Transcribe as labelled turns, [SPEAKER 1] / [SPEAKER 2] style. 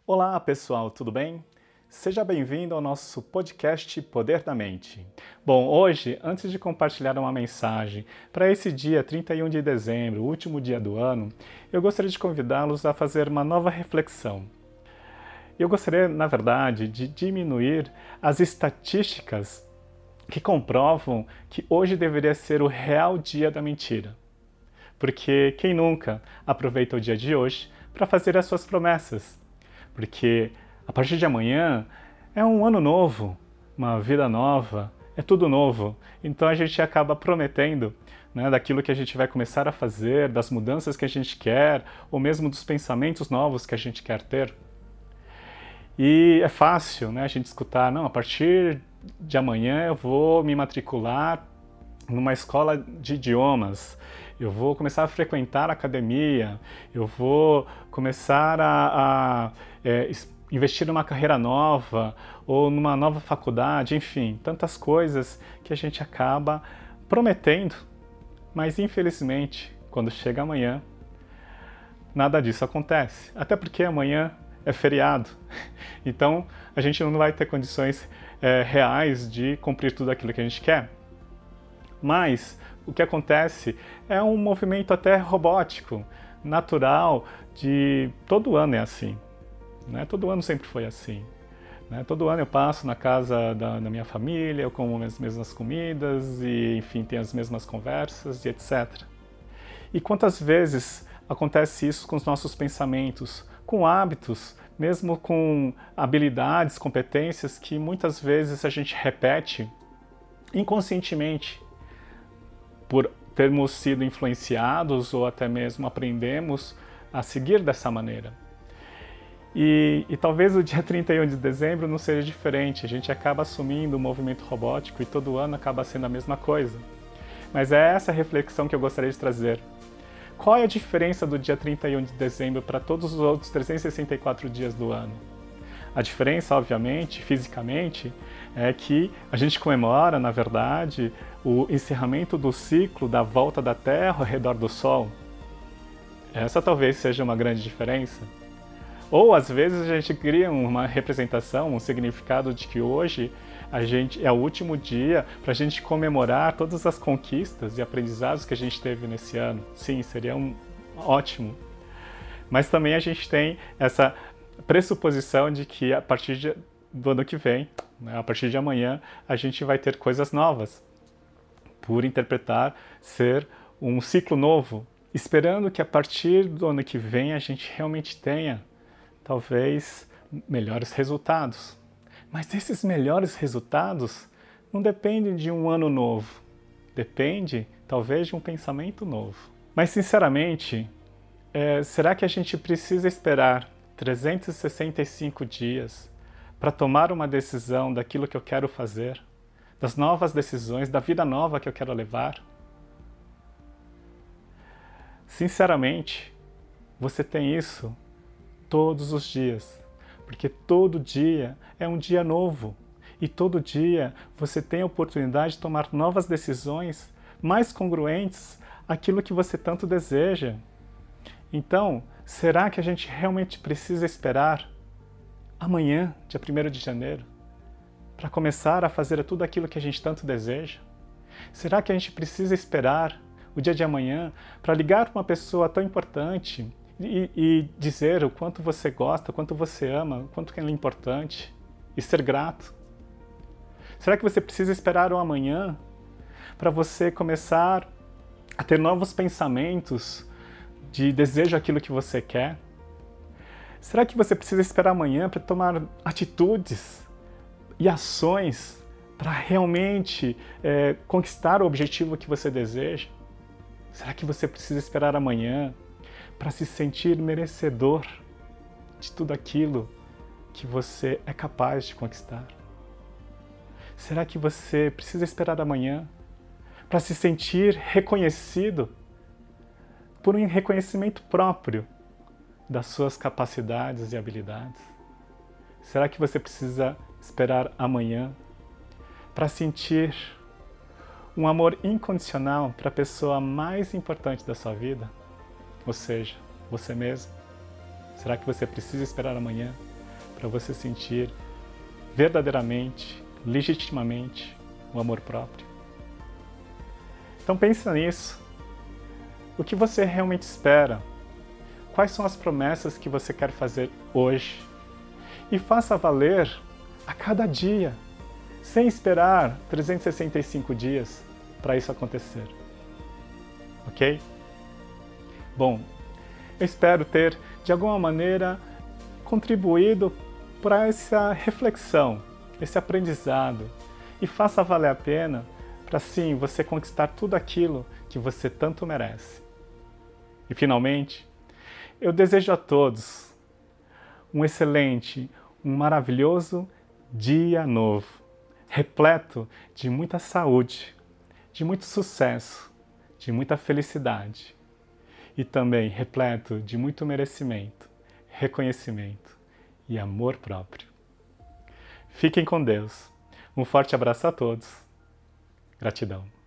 [SPEAKER 1] Olá pessoal, tudo bem? Seja bem-vindo ao nosso podcast Poder da Mente. Bom, hoje, antes de compartilhar uma mensagem para esse dia 31 de dezembro, o último dia do ano, eu gostaria de convidá-los a fazer uma nova reflexão. Eu gostaria, na verdade, de diminuir as estatísticas que comprovam que hoje deveria ser o real dia da mentira. Porque quem nunca aproveita o dia de hoje para fazer as suas promessas? Porque a partir de amanhã é um ano novo, uma vida nova, é tudo novo. Então a gente acaba prometendo, daquilo que a gente vai começar a fazer, das mudanças que a gente quer, ou mesmo dos pensamentos novos que a gente quer ter. E é fácil, a gente escutar, não, a partir de amanhã eu vou me matricular numa escola de idiomas, eu vou começar a frequentar a academia, eu vou começar a investir numa carreira nova ou numa nova faculdade, enfim, tantas coisas que a gente acaba prometendo, mas infelizmente, quando chega amanhã, nada disso acontece, até porque amanhã é feriado, então a gente não vai ter condições reais de cumprir tudo aquilo que a gente quer. Mas o que acontece é um movimento até robótico, natural, de todo ano é assim. Todo ano sempre foi assim. Todo ano eu passo na casa da minha família, eu como as mesmas comidas e, enfim, tenho as mesmas conversas e etc. E quantas vezes acontece isso com os nossos pensamentos, com hábitos, mesmo com habilidades, competências que muitas vezes a gente repete inconscientemente, por termos sido influenciados ou até mesmo aprendemos a seguir dessa maneira. E talvez o dia 31 de dezembro não seja diferente, a gente acaba assumindo um movimento robótico e todo ano acaba sendo a mesma coisa. Mas é essa reflexão que eu gostaria de trazer. Qual é a diferença do dia 31 de dezembro para todos os outros 364 dias do ano? A diferença, obviamente, fisicamente, é que a gente comemora, na verdade, o encerramento do ciclo da volta da Terra ao redor do Sol. Essa talvez seja uma grande diferença. Ou, às vezes, a gente cria uma representação, um significado de que hoje é o último dia para a gente comemorar todas as conquistas e aprendizados que a gente teve nesse ano. Sim, seria ótimo. Mas também a gente tem essa pressuposição de que a partir do ano que vem, a partir de amanhã, a gente vai ter coisas novas, por interpretar ser um ciclo novo, esperando que a partir do ano que vem a gente realmente tenha, talvez, melhores resultados. Mas esses melhores resultados não dependem de um ano novo, depende, talvez, de um pensamento novo. Mas, sinceramente, será que a gente precisa esperar 365 dias para tomar uma decisão daquilo que eu quero fazer, das novas decisões, da vida nova que eu quero levar? Sinceramente, você tem isso todos os dias, porque todo dia é um dia novo e todo dia você tem a oportunidade de tomar novas decisões mais congruentes àquilo que você tanto deseja. Então, será que a gente realmente precisa esperar amanhã, dia 1º de janeiro, para começar a fazer tudo aquilo que a gente tanto deseja? Será que a gente precisa esperar o dia de amanhã para ligar para uma pessoa tão importante e dizer o quanto você gosta, o quanto você ama, o quanto ela é importante e ser grato? Será que você precisa esperar o amanhã para você começar a ter novos pensamentos de desejo aquilo que você quer? Será que você precisa esperar amanhã para tomar atitudes e ações para realmente conquistar o objetivo que você deseja? Será que você precisa esperar amanhã para se sentir merecedor de tudo aquilo que você é capaz de conquistar? Será que você precisa esperar amanhã para se sentir reconhecido por um reconhecimento próprio das suas capacidades e habilidades? Será que você precisa esperar amanhã para sentir um amor incondicional para a pessoa mais importante da sua vida? Ou seja, você mesmo? Será que você precisa esperar amanhã para você sentir verdadeiramente, legitimamente, o amor próprio. Então pensa nisso. O que você realmente espera? Quais são as promessas que você quer fazer hoje? E faça valer a cada dia, sem esperar 365 dias para isso acontecer. Ok? Bom, eu espero ter, de alguma maneira, contribuído para essa reflexão, esse aprendizado, e faça valer a pena para, sim, você conquistar tudo aquilo que você tanto merece. E, finalmente, eu desejo a todos um excelente, um maravilhoso dia novo, repleto de muita saúde, de muito sucesso, de muita felicidade e também repleto de muito merecimento, reconhecimento e amor próprio. Fiquem com Deus. Um forte abraço a todos. Gratidão.